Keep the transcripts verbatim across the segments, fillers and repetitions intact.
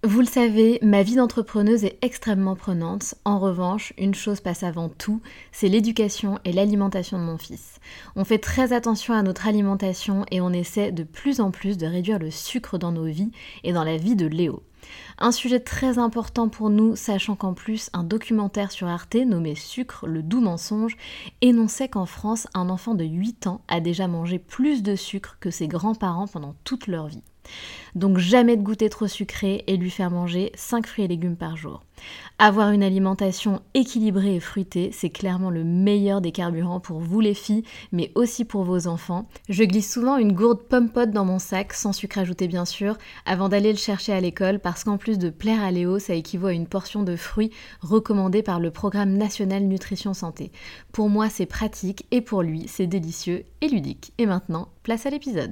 Vous le savez, ma vie d'entrepreneuse est extrêmement prenante. En revanche, une chose passe avant tout, c'est l'éducation et l'alimentation de mon fils. On fait très attention à notre alimentation et on essaie de plus en plus de réduire le sucre dans nos vies et dans la vie de Léo. Un sujet très important pour nous, sachant qu'en plus, un documentaire sur Arte nommé Sucre, le doux mensonge, énonçait qu'en France, un enfant de huit ans a déjà mangé plus de sucre que ses grands-parents pendant toute leur vie. Donc jamais de goûter trop sucré et lui faire manger cinq fruits et légumes par jour. Avoir une alimentation équilibrée et fruitée, c'est clairement le meilleur des carburants pour vous les filles, mais aussi pour vos enfants. Je glisse souvent une gourde pomme-pote dans mon sac, sans sucre ajouté bien sûr, avant d'aller le chercher à l'école, parce qu'en plus de plaire à Léo, ça équivaut à une portion de fruits recommandée par le Programme National Nutrition Santé. Pour moi, c'est pratique et pour lui, c'est délicieux et ludique. Et maintenant, place à l'épisode.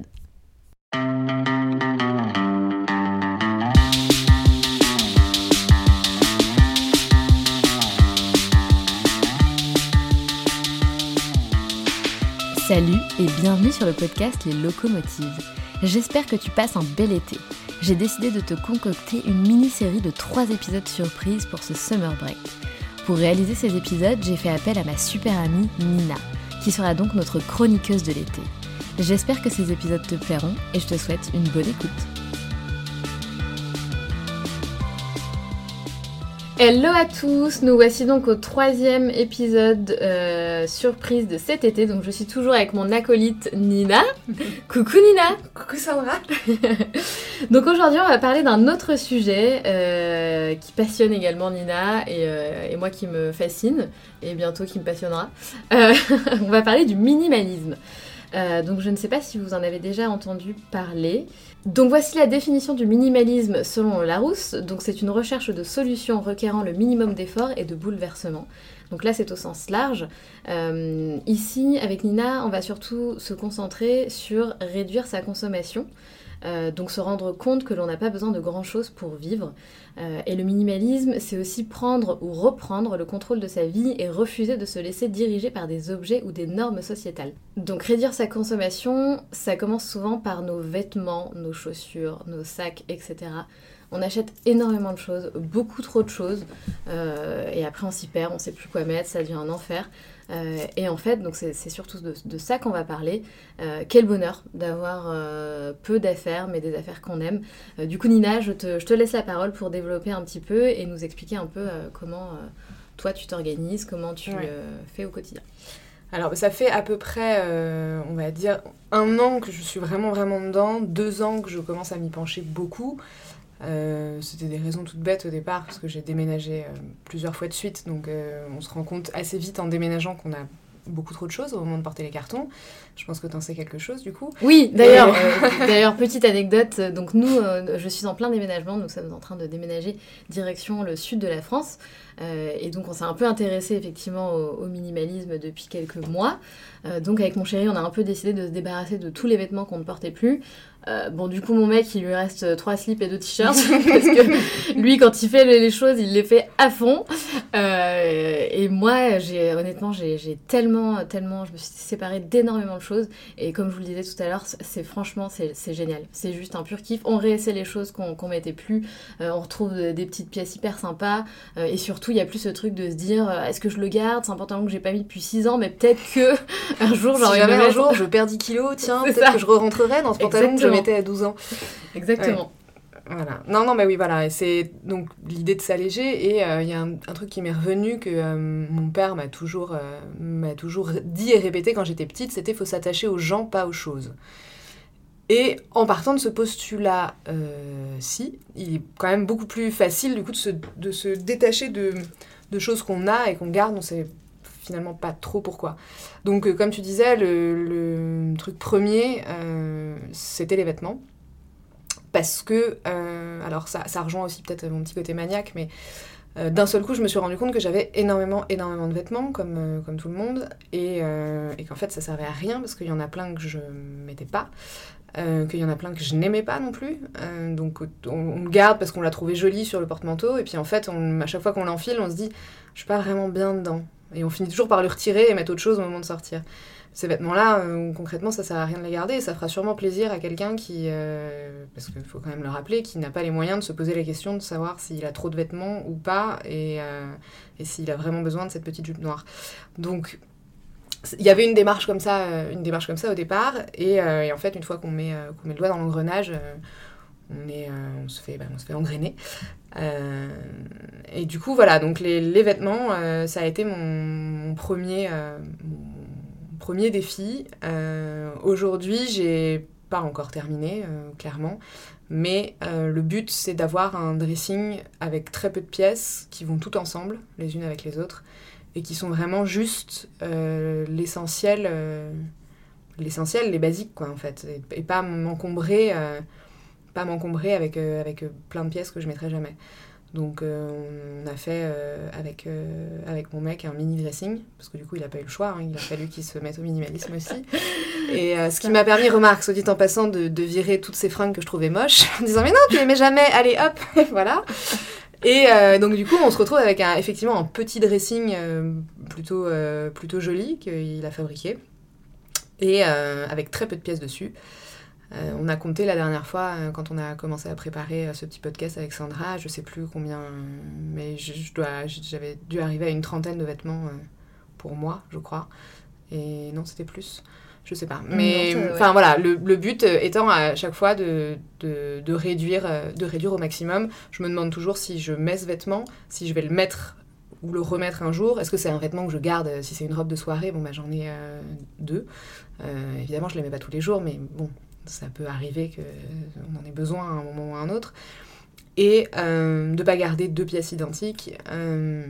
Salut et bienvenue sur le podcast Les Locomotives. J'espère que tu passes un bel été. J'ai décidé de te concocter une mini-série de trois épisodes surprises pour ce summer break. Pour réaliser ces épisodes, j'ai fait appel à ma super amie Nina, qui sera donc notre chroniqueuse de l'été. J'espère que ces épisodes te plairont et je te souhaite une bonne écoute. Hello à tous, nous voici donc au troisième épisode euh, surprise de cet été. Donc je suis toujours avec mon acolyte Nina. Coucou Nina. Coucou Sandra. Donc aujourd'hui on va parler d'un autre sujet euh, qui passionne également Nina et, euh, et moi qui me fascine et bientôt qui me passionnera. Euh, on va parler du minimalisme. Euh, donc je ne sais pas si vous en avez déjà entendu parler. Donc voici la définition du minimalisme selon Larousse. Donc c'est une recherche de solutions requérant le minimum d'efforts et de bouleversements. Donc là c'est au sens large. Euh, ici avec Nina on va surtout se concentrer sur réduire sa consommation. Euh, donc se rendre compte que l'on n'a pas besoin de grand chose pour vivre. Euh, et le minimalisme, c'est aussi prendre ou reprendre le contrôle de sa vie et refuser de se laisser diriger par des objets ou des normes sociétales. Donc réduire sa consommation, ça commence souvent par nos vêtements, nos chaussures, nos sacs, et cetera. On achète énormément de choses, beaucoup trop de choses, euh, et après on s'y perd, on ne sait plus quoi mettre, ça devient un enfer. Euh, et en fait, donc c'est, c'est surtout de, de ça qu'on va parler. Euh, quel bonheur d'avoir euh, peu d'affaires, mais des affaires qu'on aime. Euh, du coup, Nina, je te, je te laisse la parole pour développer un petit peu et nous expliquer un peu euh, comment euh, toi tu t'organises, comment tu ouais. euh, fais au quotidien. Alors, ça fait à peu près, euh, on va dire, un an que je suis vraiment, vraiment dedans, deux ans que je commence à m'y pencher beaucoup. Euh, c'était des raisons toutes bêtes au départ parce que j'ai déménagé euh, plusieurs fois de suite, donc euh, on se rend compte assez vite en déménageant qu'on a beaucoup trop de choses au moment de porter les cartons. Je pense que t'en sais quelque chose du coup. Oui, d'ailleurs, Et... euh, d'ailleurs petite anecdote, donc nous, euh, je suis en plein déménagement, nous sommes en train de déménager direction le sud de la France, euh, et donc on s'est un peu intéressé effectivement au, au minimalisme depuis quelques mois. Euh, donc avec mon chéri, on a un peu décidé de se débarrasser de tous les vêtements qu'on ne portait plus. Euh, bon, du coup, mon mec, il lui reste trois slips et deux t-shirts parce que lui, quand il fait les choses, il les fait à fond. Euh, et moi, j'ai, honnêtement, j'ai, j'ai tellement, tellement, je me suis séparée d'énormément de choses. Et comme je vous le disais tout à l'heure, c'est franchement, c'est, c'est génial. C'est juste un pur kiff. On réessaie les choses qu'on, qu'on mettait plus. Euh, on retrouve des petites pièces hyper sympas. Euh, et surtout, il y a plus ce truc de se dire, euh, est-ce que je le garde ? C'est un pantalon que j'ai pas mis depuis six ans, mais peut-être que un jour, genre, si jamais un jour, je perds dix kilos, tiens, c'est peut-être ça. Que je re-rentrerai dans ce pantalon Exactement. Que je mettais à douze ans. Exactement. Ouais. Voilà. Non, non, mais oui, voilà. C'est donc l'idée de s'alléger. Et il euh, y a un, un truc qui m'est revenu que euh, mon père m'a toujours, euh, m'a toujours dit et répété quand j'étais petite, c'était faut s'attacher aux gens, pas aux choses. Et en partant de ce postulat, euh, si, il est quand même beaucoup plus facile du coup de se, de se détacher de, de choses qu'on a et qu'on garde. On sait finalement pas trop pourquoi. Donc, euh, comme tu disais, le, le truc premier, euh, c'était les vêtements. Parce que, euh, alors ça, ça rejoint aussi peut-être mon petit côté maniaque, mais euh, d'un seul coup, je me suis rendu compte que j'avais énormément, énormément de vêtements, comme, euh, comme tout le monde, et, euh, et qu'en fait, ça servait à rien, parce qu'il y en a plein que je mettais pas, euh, qu'il y en a plein que je n'aimais pas non plus. Euh, donc, on, on le garde parce qu'on l'a trouvé joli sur le porte-manteau, et puis en fait, on, à chaque fois qu'on l'enfile, on se dit « je suis pas vraiment bien dedans ». Et on finit toujours par le retirer et mettre autre chose au moment de sortir. ces vêtements-là, euh, concrètement, ça sert à rien de les garder. Ça fera sûrement plaisir à quelqu'un qui, euh, parce qu'il faut quand même le rappeler, qui n'a pas les moyens de se poser la question de savoir s'il a trop de vêtements ou pas, et, euh, et s'il a vraiment besoin de cette petite jupe noire. Donc, il y avait une démarche comme ça, euh, une démarche comme ça au départ, et, euh, et en fait, une fois qu'on met, euh, qu'on met le doigt dans l'engrenage, euh, on, est, euh, on, se fait, bah, on se fait engrainer. Euh, et du coup, voilà, donc les, les vêtements, euh, ça a été mon, mon premier... Euh, mon, Premier défi. Euh, aujourd'hui, j'ai pas encore terminé, euh, clairement, mais euh, le but, c'est d'avoir un dressing avec très peu de pièces qui vont toutes ensemble, les unes avec les autres, et qui sont vraiment juste euh, l'essentiel, euh, l'essentiel, les basiques, quoi, en fait, et, et pas m'encombrer, euh, pas m'encombrer avec, euh, avec plein de pièces que je mettrai jamais. Donc euh, on a fait euh, avec, euh, avec mon mec un mini dressing, parce que du coup il n'a pas eu le choix, hein, il a fallu qu'il se mette au minimalisme aussi. Et euh, ce qui m'a permis, remarque, soit dit en passant, de, de virer toutes ces fringues que je trouvais moches, en disant mais non, tu les mets jamais, allez hop, voilà. Et euh, donc du coup on se retrouve avec un, effectivement un petit dressing euh, plutôt, euh, plutôt joli qu'il a fabriqué, et euh, avec très peu de pièces dessus. Euh, on a compté la dernière fois, euh, quand on a commencé à préparer euh, ce petit podcast avec Sandra, je sais plus combien, euh, mais je, je dois, j'avais dû arriver à une trentaine de vêtements euh, pour moi, je crois. Et non, c'était plus, je sais pas. Mais enfin ouais. Voilà, le, le but étant à chaque fois de, de, de, réduire, de réduire au maximum. Je me demande toujours si je mets ce vêtement, si je vais le mettre ou le remettre un jour. Est-ce que c'est un vêtement que je garde? Si c'est une robe de soirée, bon bah j'en ai euh, deux. Euh, évidemment, je les mets pas tous les jours, mais bon, ça peut arriver qu'on en ait besoin à un moment ou à un autre. Et euh, de ne pas garder deux pièces identiques, euh,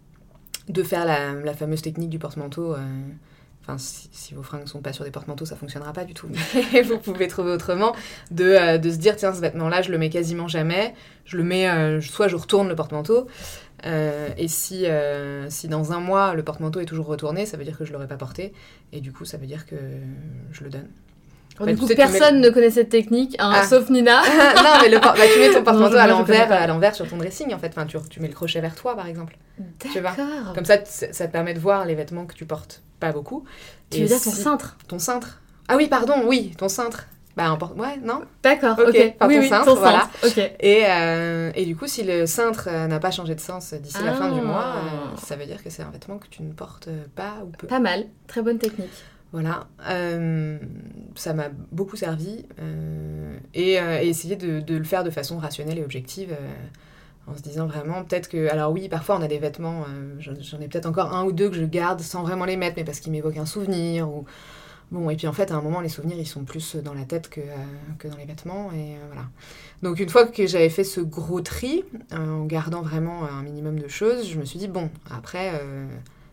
de faire la, la fameuse technique du porte-manteau. Enfin, euh, si, si vos fringues ne sont pas sur des porte-manteaux, ça ne fonctionnera pas du tout. Mais vous pouvez trouver autrement. De, euh, de se dire, tiens, ce vêtement-là, je le mets quasiment jamais. Je le mets, euh, soit je retourne le porte-manteau. Euh, et si, euh, si dans un mois, le porte-manteau est toujours retourné, ça veut dire que je ne l'aurais pas porté. Et du coup, ça veut dire que je le donne. En fait, du coup, personne mets... ne connaît cette technique, hein, ah. sauf Nina. Non, mais le por- bah, tu mets ton porte-manteau à l'envers, à l'envers sur ton dressing, en fait. Enfin, tu, tu mets le crochet vers toi, par exemple. D'accord. Tu vois. Comme ça, t- ça te permet de voir les vêtements que tu portes. Pas beaucoup. Tu et veux dire si... ton cintre? Ton cintre. Ah oui, pardon, oui, ton cintre. Bah, porte... ouais, non? D'accord, ok. okay. Enfin, oui, ton oui, cintre, ton voilà. Cintre. Okay. Et, euh, et du coup, si le cintre euh, n'a pas changé de sens d'ici ah. la fin du mois, euh, ça veut dire que c'est un vêtement que tu ne portes pas ou peu. Pas mal, très bonne technique. Voilà, euh, ça m'a beaucoup servi euh, et, euh, et essayer de, de le faire de façon rationnelle et objective euh, en se disant vraiment peut-être que... Alors oui, parfois on a des vêtements, euh, j'en, j'en ai peut-être encore un ou deux que je garde sans vraiment les mettre, mais parce qu'ils m'évoquent un souvenir ou... Bon, et puis en fait, à un moment, les souvenirs, ils sont plus dans la tête que, euh, que dans les vêtements, et euh, voilà. Donc une fois que j'avais fait ce gros tri, euh, en gardant vraiment un minimum de choses, je me suis dit, bon, après... Euh,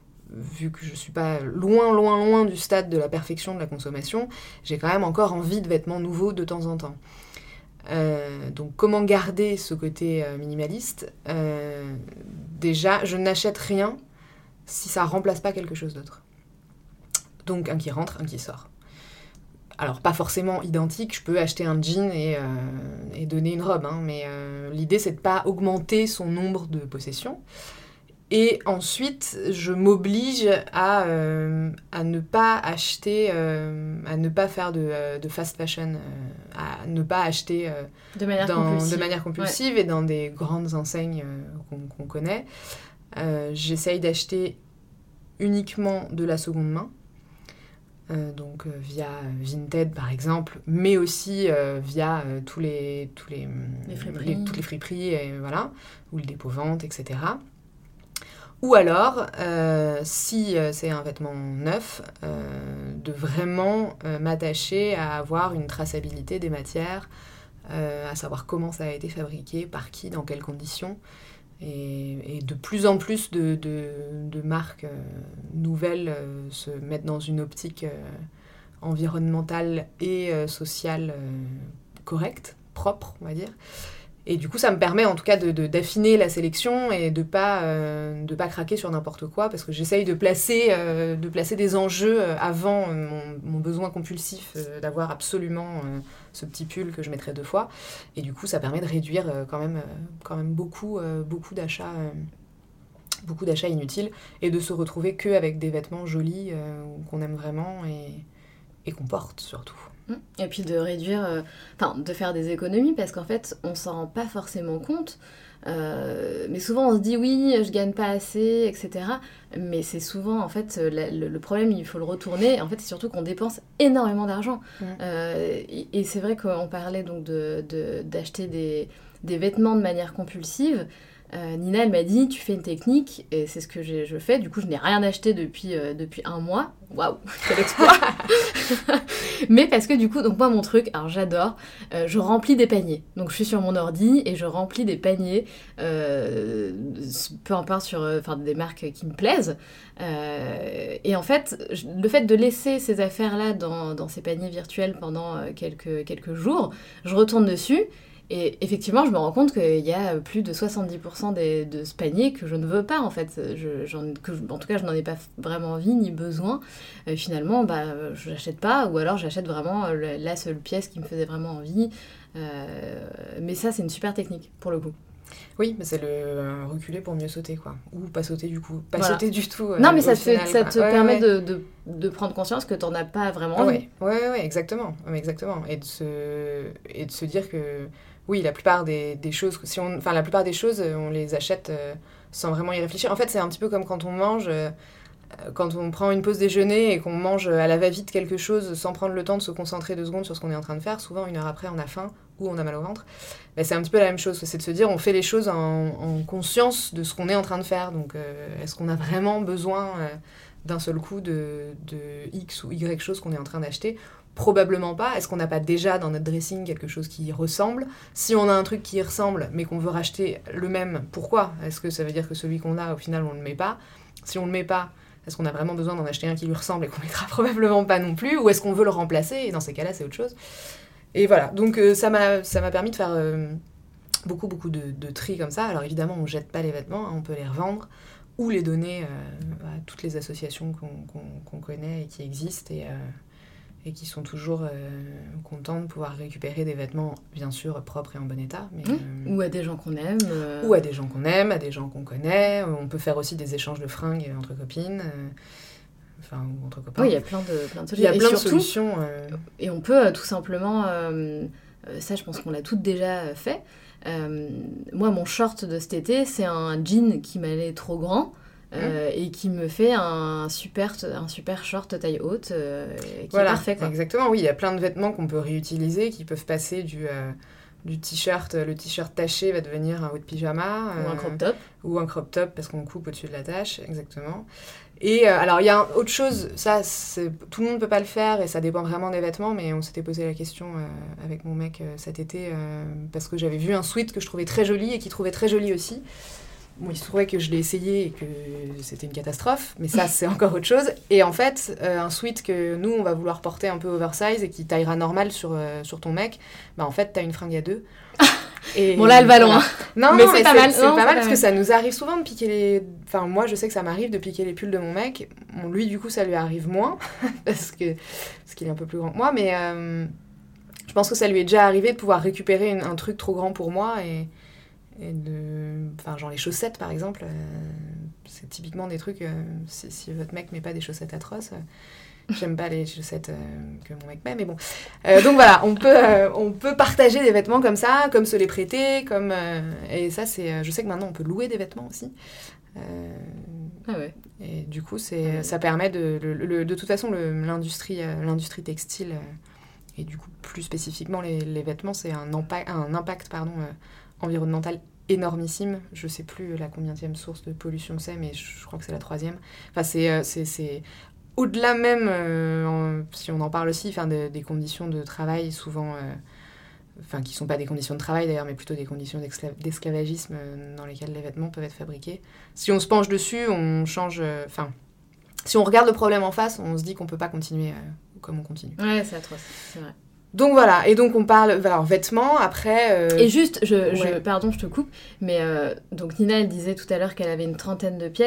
vu que je suis pas loin, loin, loin du stade de la perfection de la consommation, j'ai quand même encore envie de vêtements nouveaux de temps en temps. Euh, donc comment garder ce côté euh, minimaliste euh, déjà, je n'achète rien si ça remplace pas quelque chose d'autre. Donc un qui rentre, un qui sort. Alors pas forcément identique, je peux acheter un jean et, euh, et donner une robe, hein, mais euh, l'idée c'est de pas augmenter son nombre de possessions. Et ensuite, je m'oblige à, euh, à ne pas acheter, euh, à ne pas faire de, euh, de fast fashion, euh, à ne pas acheter euh, de manière dans, compulsive, de manière compulsive ouais. Et dans des grandes enseignes euh, qu'on, qu'on connaît. Euh, j'essaye d'acheter uniquement de la seconde main, euh, donc euh, via Vinted par exemple, mais aussi euh, via euh, tous les, tous les, les friperies. les, toutes les friperies, et, voilà, ou le dépôt-vente, et cetera. Ou alors, euh, si euh, c'est un vêtement neuf, euh, de vraiment euh, m'attacher à avoir une traçabilité des matières, euh, à savoir comment ça a été fabriqué, par qui, dans quelles conditions. Et, et de plus en plus de, de, de marques euh, nouvelles euh, se mettent dans une optique euh, environnementale et euh, sociale euh, correcte, propre, on va dire. Et du coup, ça me permet en tout cas de, de, d'affiner la sélection et de ne pas, euh, de pas craquer sur n'importe quoi, parce que j'essaye de placer, euh, de placer des enjeux avant mon, mon besoin compulsif euh, d'avoir absolument euh, ce petit pull que je mettrais deux fois. Et du coup, ça permet de réduire euh, quand même, euh, quand même beaucoup, euh, beaucoup d'achats, euh, beaucoup d'achats inutiles, et de se retrouver qu'avec des vêtements jolis, euh, qu'on aime vraiment, et, et qu'on porte surtout. Et puis de réduire, enfin euh, de faire des économies, parce qu'en fait, on s'en rend pas forcément compte. Euh, mais souvent on se dit oui, je gagne pas assez, et cetera. Mais c'est souvent en fait la, le, le problème, il faut le retourner. En fait, c'est surtout qu'on dépense énormément d'argent. Mmh. Euh, et, et c'est vrai qu'on parlait donc de, de, d'acheter des, des vêtements de manière compulsive. Euh, Nina, elle m'a dit, tu fais une technique, et c'est ce que j'ai, je fais. Du coup, je n'ai rien acheté depuis, euh, depuis un mois. Waouh, quel exploit. Mais parce que du coup, donc moi, mon truc, alors j'adore, euh, je remplis des paniers. Donc je suis sur mon ordi et je remplis des paniers, euh, peu importe sur enfin, des marques qui me plaisent. Euh, et en fait, je, le fait de laisser ces affaires-là dans, dans ces paniers virtuels pendant quelques, quelques jours, je retourne dessus. Et effectivement, je me rends compte qu'il y a plus de soixante-dix pour cent des, de ce panier que je ne veux pas, en fait. Je, j'en, que je, en tout cas, je n'en ai pas vraiment envie ni besoin. Euh, finalement, bah, je n'achète pas, ou alors j'achète vraiment la seule pièce qui me faisait vraiment envie. Euh, mais ça, c'est une super technique, pour le coup. Oui, mais c'est le euh, reculer pour mieux sauter, quoi. Ou pas sauter du coup. Pas voilà. sauter du tout. Euh, non, mais ça, final, te, ça te ouais, permet ouais. De, de, de prendre conscience que tu n'en as pas vraiment envie. Oui, ouais, ouais, exactement. exactement. Et, de se, et de se dire que... Oui, la plupart des, des choses, si on, enfin la plupart des choses, on les achète euh, sans vraiment y réfléchir. En fait, c'est un petit peu comme quand on mange, euh, quand on prend une pause déjeuner et qu'on mange à la va-vite quelque chose sans prendre le temps de se concentrer deux secondes sur ce qu'on est en train de faire. Souvent, une heure après, on a faim ou on a mal au ventre. Ben, c'est un petit peu la même chose, c'est de se dire, on fait les choses en, en conscience de ce qu'on est en train de faire. Donc, euh, est-ce qu'on a vraiment besoin euh, d'un seul coup de, de X ou Y chose qu'on est en train d'acheter ? Probablement pas. Est-ce qu'on n'a pas déjà dans notre dressing quelque chose qui y ressemble ? Si on a un truc qui y ressemble, mais qu'on veut racheter le même, pourquoi ? Est-ce que ça veut dire que celui qu'on a, au final, on ne le met pas ? Si on ne le met pas, est-ce qu'on a vraiment besoin d'en acheter un qui lui ressemble et qu'on ne mettra probablement pas non plus ? Ou est-ce qu'on veut le remplacer ? Et dans ces cas-là, c'est autre chose. Et voilà. Donc, euh, ça m'a, ça m'a permis de faire euh, beaucoup, beaucoup de, de tri comme ça. Alors, évidemment, on ne jette pas les vêtements, hein, on peut les revendre ou les donner euh, à toutes les associations qu'on, qu'on, qu'on connaît et qui existent. Et... Euh, et qui sont toujours euh, contents de pouvoir récupérer des vêtements, bien sûr, propres et en bon état. Mais, mmh. euh, ou à des gens qu'on aime. Euh... Ou à des gens qu'on aime, à des gens qu'on connaît. On peut faire aussi des échanges de fringues entre copines, euh, enfin, ou entre copains. Oui, il y a plein de, plein de solutions. Il y a et plein surtout, de solutions. Euh... Et on peut euh, tout simplement... Euh, ça, je pense qu'on l'a toutes déjà fait. Euh, moi, mon short de cet été, c'est un jean qui m'allait trop grand. Euh, mmh. Et qui me fait un super, un super short taille haute euh, qui voilà, est parfait, quoi. Exactement, oui, il y a plein de vêtements qu'on peut réutiliser, qui peuvent passer du, euh, du t-shirt, le t-shirt taché va devenir un haut de pyjama. Ou euh, un crop top. Ou un crop top parce qu'on coupe au-dessus de la tache, exactement. Et euh, alors, il y a un, autre chose, ça, c'est, tout le monde ne peut pas le faire et ça dépend vraiment des vêtements, mais on s'était posé la question euh, avec mon mec euh, cet été euh, parce que j'avais vu un sweat que je trouvais très joli et qu'il trouvait très joli aussi. Bon, il se trouvait que je l'ai essayé et que c'était une catastrophe, mais ça, c'est encore autre chose. Et en fait, euh, un sweat que nous, on va vouloir porter un peu oversize et qui taillera normal sur, euh, sur ton mec, bah en fait, t'as une fringue à deux. Et bon, là, elle va loin. Non, mais non, c'est mais pas c'est, mal. c'est non, pas c'est mal pas parce mal. que ça nous arrive souvent de piquer les... Enfin, moi, je sais que ça m'arrive de piquer les pulls de mon mec. Bon, lui, du coup, ça lui arrive moins parce, que... parce qu'il est un peu plus grand que moi, mais euh, je pense que ça lui est déjà arrivé de pouvoir récupérer une, un truc trop grand pour moi et... Et de... Enfin, genre les chaussettes, par exemple, euh, c'est typiquement des trucs... Euh, si, si votre mec met pas des chaussettes atroces, euh, j'aime pas les chaussettes euh, que mon mec met, mais bon. Euh, donc voilà, on peut, euh, on peut partager des vêtements comme ça, comme se les prêter, comme... Euh, et ça, c'est... Euh, je sais que maintenant, on peut louer des vêtements aussi. Euh, ah ouais. Et du coup, c'est, ah ouais. ça permet de... Le, le, de toute façon, le, l'industrie, euh, l'industrie textile, euh, et du coup, plus spécifiquement, les, les vêtements, c'est un, impa- un impact, pardon... Euh, environnementale énormissime. Je sais plus la combienième source de pollution c'est, mais je crois que c'est la troisième. Enfin, c'est, c'est, c'est au-delà même, euh, en, si on en parle aussi, enfin, de, des conditions de travail, souvent, euh, enfin, qui sont pas des conditions de travail d'ailleurs, mais plutôt des conditions d'esclav- d'esclavagisme euh, dans lesquelles les vêtements peuvent être fabriqués. Si on se penche dessus, on change... Enfin, euh, si on regarde le problème en face, on se dit qu'on peut pas continuer euh, comme on continue. Ouais, c'est atroce, c'est vrai. Donc voilà, et donc on parle, alors vêtements, après... Euh... Et juste, je, ouais. je, pardon, je te coupe, mais euh, donc Nina, elle disait tout à l'heure qu'elle avait une trentaine de pièces.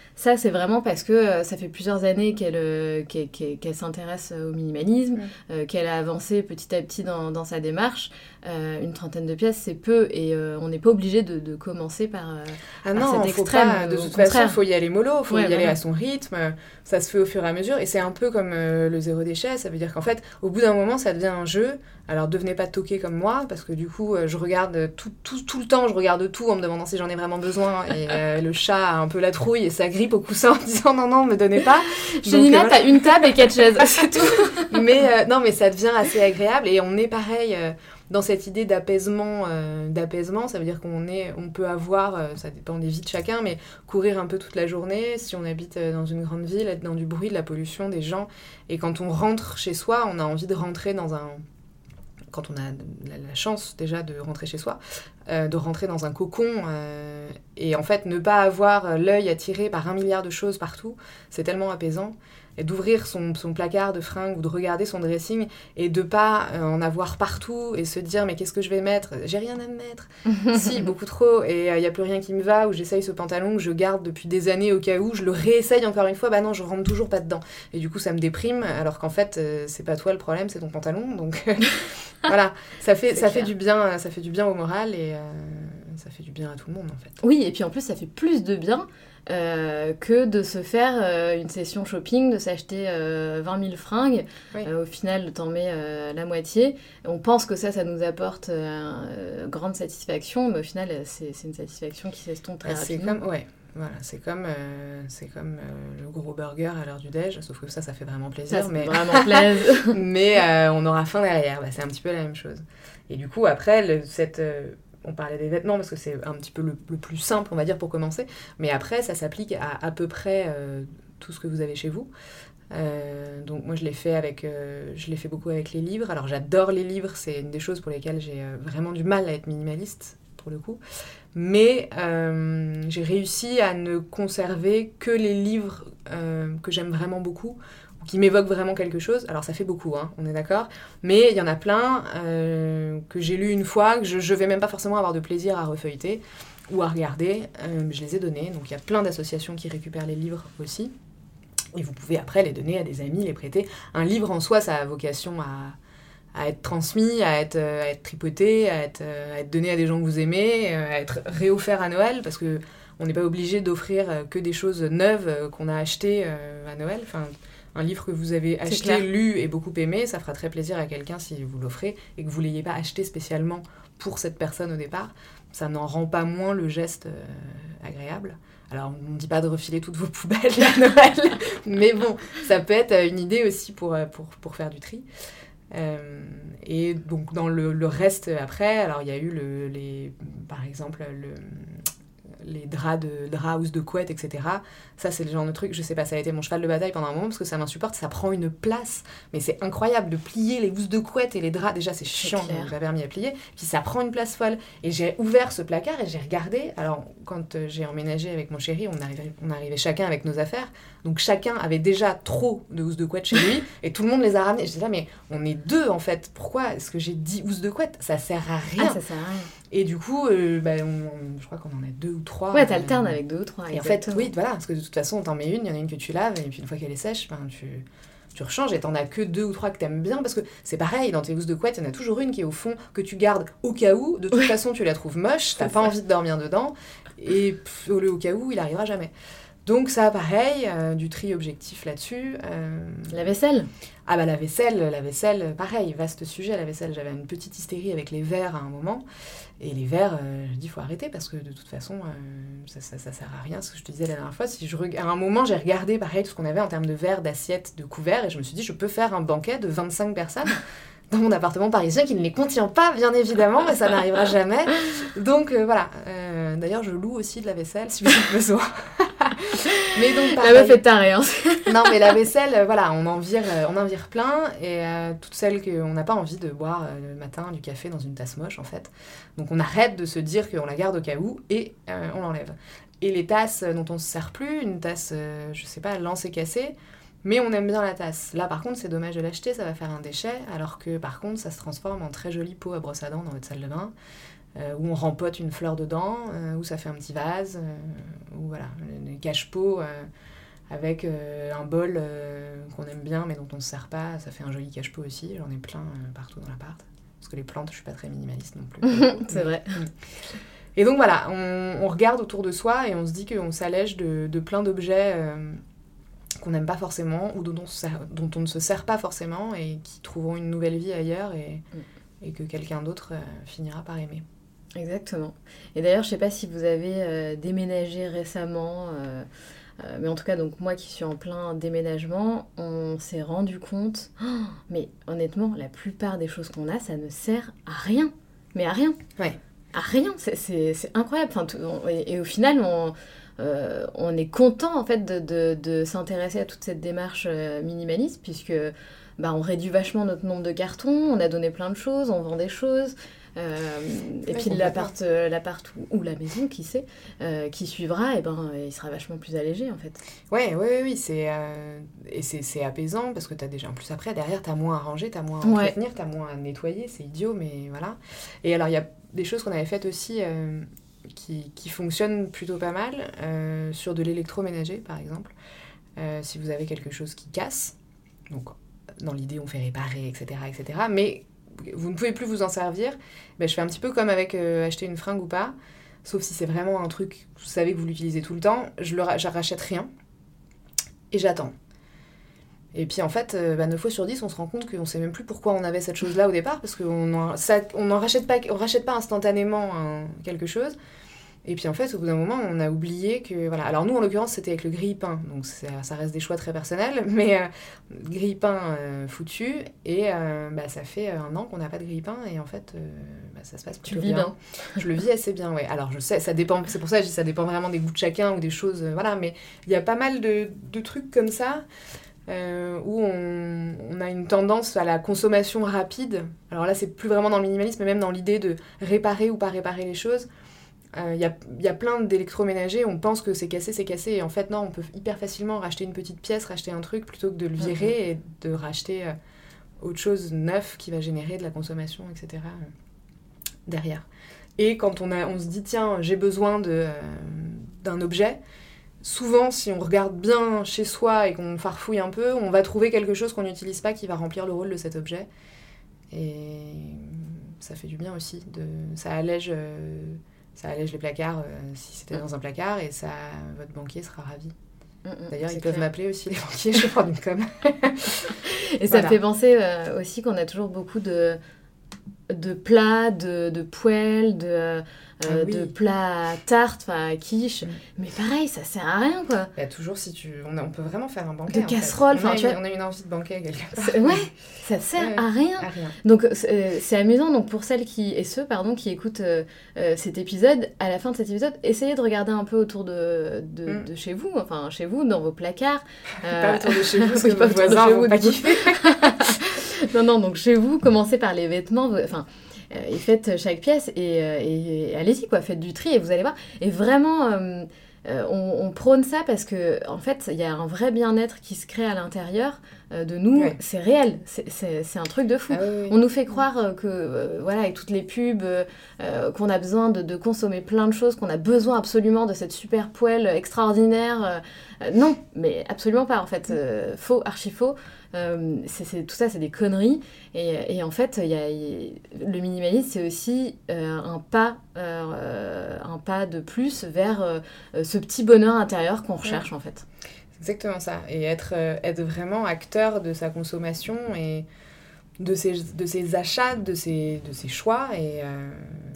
Ça, c'est vraiment parce que euh, ça fait plusieurs années qu'elle, euh, qu'elle, qu'elle, qu'elle s'intéresse au minimalisme, mmh. euh, qu'elle a avancé petit à petit dans, dans sa démarche. Euh, une trentaine de pièces, c'est peu, et euh, on n'est pas obligé de, de commencer par, euh, ah par non, cet extrême. Pas, de toute façon, il faut y aller mollo, il faut ouais, y aller vraiment. à son rythme. Ça se fait au fur et à mesure, et c'est un peu comme euh, le zéro déchet. Ça veut dire qu'en fait, au bout d'un moment, ça devient un jeu. Alors, devenez pas toqué comme moi, parce que du coup, euh, je regarde tout, tout, tout le temps, je regarde tout en me demandant si j'en ai vraiment besoin. Et euh, le chat a un peu la trouille et ça grippe au coussin en disant non, non, me donnez pas. Chez Nina, euh, t'as une table et quatre chaises, c'est tout. mais euh, non, mais ça devient assez agréable, et on est pareil. Euh, Dans cette idée d'apaisement, euh, d'apaisement, ça veut dire qu'on est, on peut avoir, euh, ça dépend des vies de chacun, mais courir un peu toute la journée, si on habite dans une grande ville, être dans du bruit, de la pollution, des gens. Et quand on rentre chez soi, on a envie de rentrer dans un... Quand on a la, la chance déjà de rentrer chez soi, euh, de rentrer dans un cocon, euh, et en fait ne pas avoir l'œil attiré par un milliard de choses partout, c'est tellement apaisant. Et d'ouvrir son, son placard de fringues ou de regarder son dressing et de pas euh, en avoir partout et se dire mais qu'est-ce que je vais mettre ? J'ai rien à me mettre. Si, beaucoup trop. Et il euh, n'y a plus rien qui me va, ou j'essaye ce pantalon que je garde depuis des années au cas où, je le réessaye encore une fois, bah non, je rentre toujours pas dedans. Et du coup, ça me déprime, alors qu'en fait, euh, c'est pas toi le problème, c'est ton pantalon. Donc euh, voilà, ça, fait, ça, fait du bien, ça fait du bien au moral, et euh, ça fait du bien à tout le monde en fait. Oui, et puis en plus, ça fait plus de bien Euh, que de se faire euh, une session shopping, de s'acheter euh, vingt mille fringues. Oui. Euh, au final, t'en mets euh, la moitié. On pense que ça, ça nous apporte euh, grande satisfaction, mais au final, c'est, c'est une satisfaction qui s'estompe très bah, rapidement. C'est comme, ouais. Voilà, c'est comme, euh, c'est comme euh, le gros burger à l'heure du déj, sauf que ça, ça fait vraiment plaisir. Ça, mais... vraiment plaisir. mais euh, on aura faim derrière, bah, c'est un petit peu la même chose. Et du coup, après, le, cette... Euh, on parlait des vêtements parce que c'est un petit peu le, le plus simple, on va dire, pour commencer. Mais après, ça s'applique à à peu près euh, tout ce que vous avez chez vous. Euh, donc moi, je l'ai fait avec, euh, je l'ai fait beaucoup avec les livres. Alors j'adore les livres, c'est une des choses pour lesquelles j'ai euh, vraiment du mal à être minimaliste, pour le coup. Mais euh, j'ai réussi à ne conserver que les livres euh, que j'aime vraiment beaucoup, qui m'évoque vraiment quelque chose. Alors ça fait beaucoup, hein, on est d'accord, mais il y en a plein euh, que j'ai lus une fois, que je, je vais même pas forcément avoir de plaisir à refeuilleter ou à regarder, euh, je les ai donnés, donc il y a plein d'associations qui récupèrent les livres aussi, et vous pouvez après les donner à des amis, les prêter. Un livre en soi, ça a vocation à, à être transmis, à être, à être tripoté, à être, à être donné à des gens que vous aimez, à être réoffert à Noël, parce que on n'est pas obligé d'offrir que des choses neuves qu'on a achetées à Noël, enfin... Un livre que vous avez acheté, lu et beaucoup aimé, ça fera très plaisir à quelqu'un si vous l'offrez et que vous ne l'ayez pas acheté spécialement pour cette personne au départ. Ça n'en rend pas moins le geste euh, agréable. Alors, on ne dit pas de refiler toutes vos poubelles à Noël, mais bon, ça peut être une idée aussi pour, pour, pour faire du tri. Euh, et donc, dans le, le reste après, alors il y a eu, le, les, par exemple, le... les draps de draps, housses de couette, et cetera. Ça, c'est le genre de truc, je sais pas, ça a été mon cheval de bataille pendant un moment parce que ça m'insupporte, ça prend une place. Mais c'est incroyable de plier les housses de couette et les draps. Déjà, c'est chiant, donc j'ai pas permis à plier. Puis ça prend une place folle. Et j'ai ouvert ce placard et j'ai regardé. Alors, quand j'ai emménagé avec mon chéri, on arrivait, on arrivait chacun avec nos affaires. Donc, chacun avait déjà trop de housses de couette chez lui et tout le monde les a ramenées. Je disais là, mais on est deux en fait. Pourquoi est-ce que j'ai dix housses de couette ? Ça sert à rien. Ah, ça sert à rien. Et du coup, euh, bah, on, on, je crois qu'on en a deux ou trois. Ouais, t'alternes euh, avec deux ou trois. Et exactement. En fait, oui, voilà, parce que de toute façon, t'en mets une, il y en a une que tu laves, et puis une fois qu'elle est sèche, ben, tu, tu rechanges, et t'en as que deux ou trois que t'aimes bien, parce que c'est pareil, dans tes housses de couette, il y en a toujours une qui est au fond, que tu gardes au cas où, de toute ouais. façon, tu la trouves moche, t'as c'est pas ça. Envie de dormir dedans, et pff, au, au cas où, il arrivera jamais. Donc ça, pareil, euh, du tri objectif là-dessus. Euh... La vaisselle ? Ah bah la vaisselle, la vaisselle, pareil, vaste sujet, la vaisselle. J'avais une petite hystérie avec les verres à un moment. Et les verres, euh, je dis, il faut arrêter parce que de toute façon, euh, ça, ça, ça sert à rien. Ce que je te disais la dernière fois, si je reg... à un moment, j'ai regardé, pareil, tout ce qu'on avait en termes de verres, d'assiettes, de couverts, et je me suis dit, je peux faire un banquet de vingt-cinq personnes dans mon appartement parisien qui ne les contient pas, bien évidemment, mais ça n'arrivera jamais. Donc euh, voilà. Euh, d'ailleurs, je loue aussi de la vaisselle si vous avez besoin. Mais donc, pareil, la meuf est tarée, hein. Non, mais la vaisselle, euh, voilà, on en vire, euh, on en vire plein, et euh, toutes celles qu'on n'a pas envie de boire euh, le matin du café dans une tasse moche, en fait. Donc on arrête de se dire qu'on la garde au cas où, et euh, on l'enlève. Et les tasses dont on ne se sert plus, une tasse, euh, je sais pas, lancée cassée, mais on aime bien la tasse. Là, par contre, c'est dommage de l'acheter, ça va faire un déchet, alors que, par contre, ça se transforme en très jolie pot à brosse à dents dans votre salle de bain, euh, où on rempote une fleur dedans, euh, où ça fait un petit vase, euh, où voilà, cache-pots euh, avec euh, un bol euh, qu'on aime bien mais dont on ne se sert pas. Ça fait un joli cache-pot aussi. J'en ai plein euh, partout dans l'appart. Parce que les plantes, je suis pas très minimaliste non plus. C'est vrai. Et donc voilà, on, on regarde autour de soi et on se dit qu'on s'allège de, de plein d'objets euh, qu'on n'aime pas forcément ou dont on, sert, dont on ne se sert pas forcément et qui trouveront une nouvelle vie ailleurs et, mm. et que quelqu'un d'autre euh, finira par aimer. Exactement. Et d'ailleurs, je sais pas si vous avez euh, déménagé récemment, euh, euh, mais en tout cas, donc moi qui suis en plein déménagement, on s'est rendu compte, oh, mais honnêtement, la plupart des choses qu'on a, ça ne sert à rien. Mais à rien. Ouais. À rien. C'est, c'est, c'est incroyable. Enfin, tout, on, et, et au final, on, euh, on est content en fait de, de, de s'intéresser à toute cette démarche euh, minimaliste, puisque bah, on réduit vachement notre nombre de cartons, on a donné plein de choses, on vend des choses. Euh, et ouais, puis l'appart, euh, l'appart ou, ou la maison, qui sait, euh, qui suivra, et ben, il sera vachement plus allégé en fait. Ouais, ouais, oui, c'est, euh, et c'est, c'est apaisant parce que t'as déjà, en plus après, derrière, t'as moins à ranger, t'as moins à entretenir, ouais. T'as moins à nettoyer, c'est idiot, mais voilà. Et alors, il y a des choses qu'on avait faites aussi euh, qui, qui fonctionnent plutôt pas mal, euh, sur de l'électroménager par exemple. Euh, si vous avez quelque chose qui casse, donc dans l'idée, on fait réparer, et cetera, et cetera, mais vous ne pouvez plus vous en servir, ben, je fais un petit peu comme avec euh, acheter une fringue ou pas, sauf si c'est vraiment un truc, vous savez que vous l'utilisez tout le temps, je ne rachète rien et j'attends. Et puis en fait, euh, bah, neuf fois sur dix, on se rend compte qu'on ne sait même plus pourquoi on avait cette chose-là au départ, parce qu'on n'en rachète pas, on rachète pas instantanément hein, quelque chose. Et puis en fait, au bout d'un moment, on a oublié que... Voilà. Alors nous, en l'occurrence, c'était avec le grille-pain. Donc ça, ça reste des choix très personnels. Mais euh, grille-pain euh, foutu. Et euh, bah, ça fait un an qu'on n'a pas de grille-pain. Et en fait, euh, bah, ça se passe plutôt bien. bien. Je le vis assez bien, ouais. Alors je sais, ça dépend... C'est pour ça que je dis ça dépend vraiment des goûts de chacun ou des choses... Euh, voilà. Mais il y a pas mal de, de trucs comme ça euh, où on, on a une tendance à la consommation rapide. Alors là, c'est plus vraiment dans le minimalisme, mais même dans l'idée de réparer ou pas réparer les choses. Il euh, y, a, y a plein d'électroménagers, on pense que c'est cassé, c'est cassé, et en fait non, on peut hyper facilement racheter une petite pièce, racheter un truc, plutôt que de le virer mm-hmm. et de racheter euh, autre chose neuf qui va générer de la consommation, et cetera euh, derrière. Et quand on, a, on se dit, tiens, j'ai besoin de, euh, d'un objet, souvent, si on regarde bien chez soi et qu'on farfouille un peu, on va trouver quelque chose qu'on n'utilise pas qui va remplir le rôle de cet objet. Et ça fait du bien aussi, de, ça allège... Euh, Ça allège les placards euh, si c'était dans un placard et ça, votre banquier sera ravi. Mmh, D'ailleurs, ils clair. peuvent m'appeler aussi, les banquiers, je vais prendre une com. Et ça voilà. fait penser euh, aussi qu'on a toujours beaucoup de, de plats, de, de poêles, de, euh, ah, oui. de plats à tarte, enfin à quiche. Mmh. Mais pareil, ça sert à rien, quoi. Il y a toujours, si tu... On, a, on peut vraiment faire un banquet. De casseroles, enfin tu vois. On a une envie de banquet quelque part. C'est, ouais, ça sert ouais, à, rien. à rien. Donc c'est, c'est amusant. Donc pour celles qui et ceux pardon qui écoutent euh, euh, cet épisode, à la fin de cet épisode, essayez de regarder un peu autour de de, mm. de chez vous, enfin chez vous, dans vos placards. Euh... Pas autour de chez vous, parce que vos voisins vont pas kiffer. Non non, donc chez vous, commencez par les vêtements. Enfin. Euh, et faites chaque pièce et, euh, et, et allez-y quoi, faites du tri et vous allez voir. Et vraiment, euh, euh, on, on prône ça parce que en fait, il y a un vrai bien-être qui se crée à l'intérieur euh, de nous. Ouais. C'est réel, c'est, c'est, c'est un truc de fou. Ah, oui, oui. On nous fait croire euh, que euh, voilà, avec toutes les pubs, euh, qu'on a besoin de, de consommer plein de choses, qu'on a besoin absolument de cette super poêle extraordinaire. Euh, non, mais absolument pas en fait. Euh, faux, archi faux. Euh, c'est, c'est, tout ça, c'est des conneries. Et, et en fait, y a, y, le minimalisme, c'est aussi euh, un, pas, euh, un pas de plus vers euh, ce petit bonheur intérieur qu'on recherche, ouais. en fait. C'est exactement ça. Et être, euh, être vraiment acteur de sa consommation et de ses, de ses achats, de ses, de ses choix. Et, euh,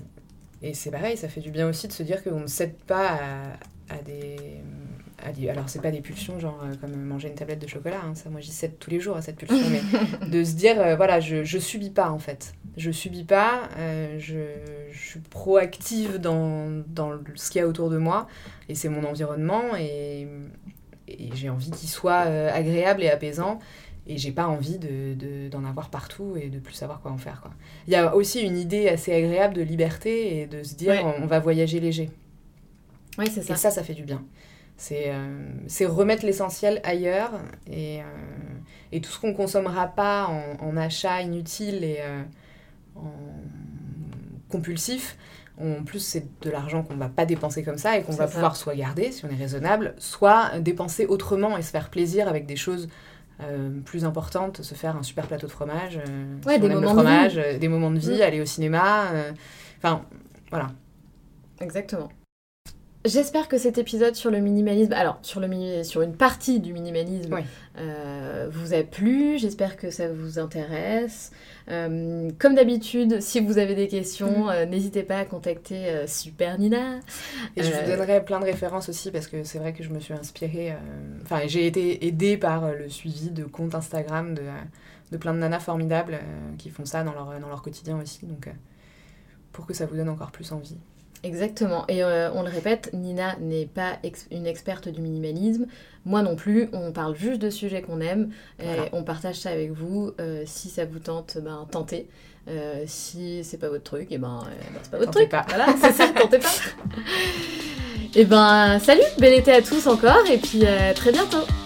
et c'est pareil, ça fait du bien aussi de se dire qu'on ne cède pas à, à des... Alors, c'est pas des pulsions, genre euh, comme manger une tablette de chocolat, hein, ça, moi j'y cède tous les jours à cette pulsion, mais de se dire, euh, voilà, je, je subis pas en fait. Je subis pas, euh, je, je suis proactive dans, dans ce qu'il y a autour de moi, et c'est mon environnement, et, et j'ai envie qu'il soit euh, agréable et apaisant, et j'ai pas envie de, de, d'en avoir partout et de plus savoir quoi en faire, quoi. Il y a aussi une idée assez agréable de liberté et de se dire, ouais. on, on va voyager léger. Oui, c'est ça. Et ça, ça fait du bien. C'est, euh, c'est remettre l'essentiel ailleurs et, euh, et tout ce qu'on ne consommera pas en, en achat inutile et euh, en compulsif, En plus, c'est de l'argent qu'on ne va pas dépenser comme ça et qu'on C'est va ça. pouvoir soit garder, si on est raisonnable, soit dépenser autrement et se faire plaisir avec des choses euh, plus importantes, se faire un super plateau de fromage, euh, Ouais, si des on aime le moments de fromage, vie. euh, des moments de vie, Mm. aller au cinéma. euh, Enfin, voilà. Exactement. J'espère que cet épisode sur le minimalisme, alors sur, le mini- sur une partie du minimalisme, Oui. euh, vous a plu. J'espère que ça vous intéresse. Euh, comme d'habitude, si vous avez des questions, Mhm. euh, n'hésitez pas à contacter euh, Super Nina. Et je Euh, vous donnerai plein de références aussi parce que c'est vrai que je me suis inspirée. euh, Enfin, j'ai été aidée par euh, le suivi de comptes Instagram de, euh, de plein de nanas formidables euh, qui font ça dans leur, dans leur quotidien aussi. Donc, euh, pour que ça vous donne encore plus envie. Exactement. Et euh, on le répète, Nina n'est pas ex- une experte du minimalisme. Moi non plus. On parle juste de sujets qu'on aime. Et Voilà. on partage ça avec vous. Euh, si ça vous tente, ben tentez. Euh, si c'est pas votre truc, et ben, euh, ben, c'est pas votre Tentez truc. pas. Voilà, c'est ça, tentez pas. Et ben salut, bel été à tous encore. Et puis à très bientôt.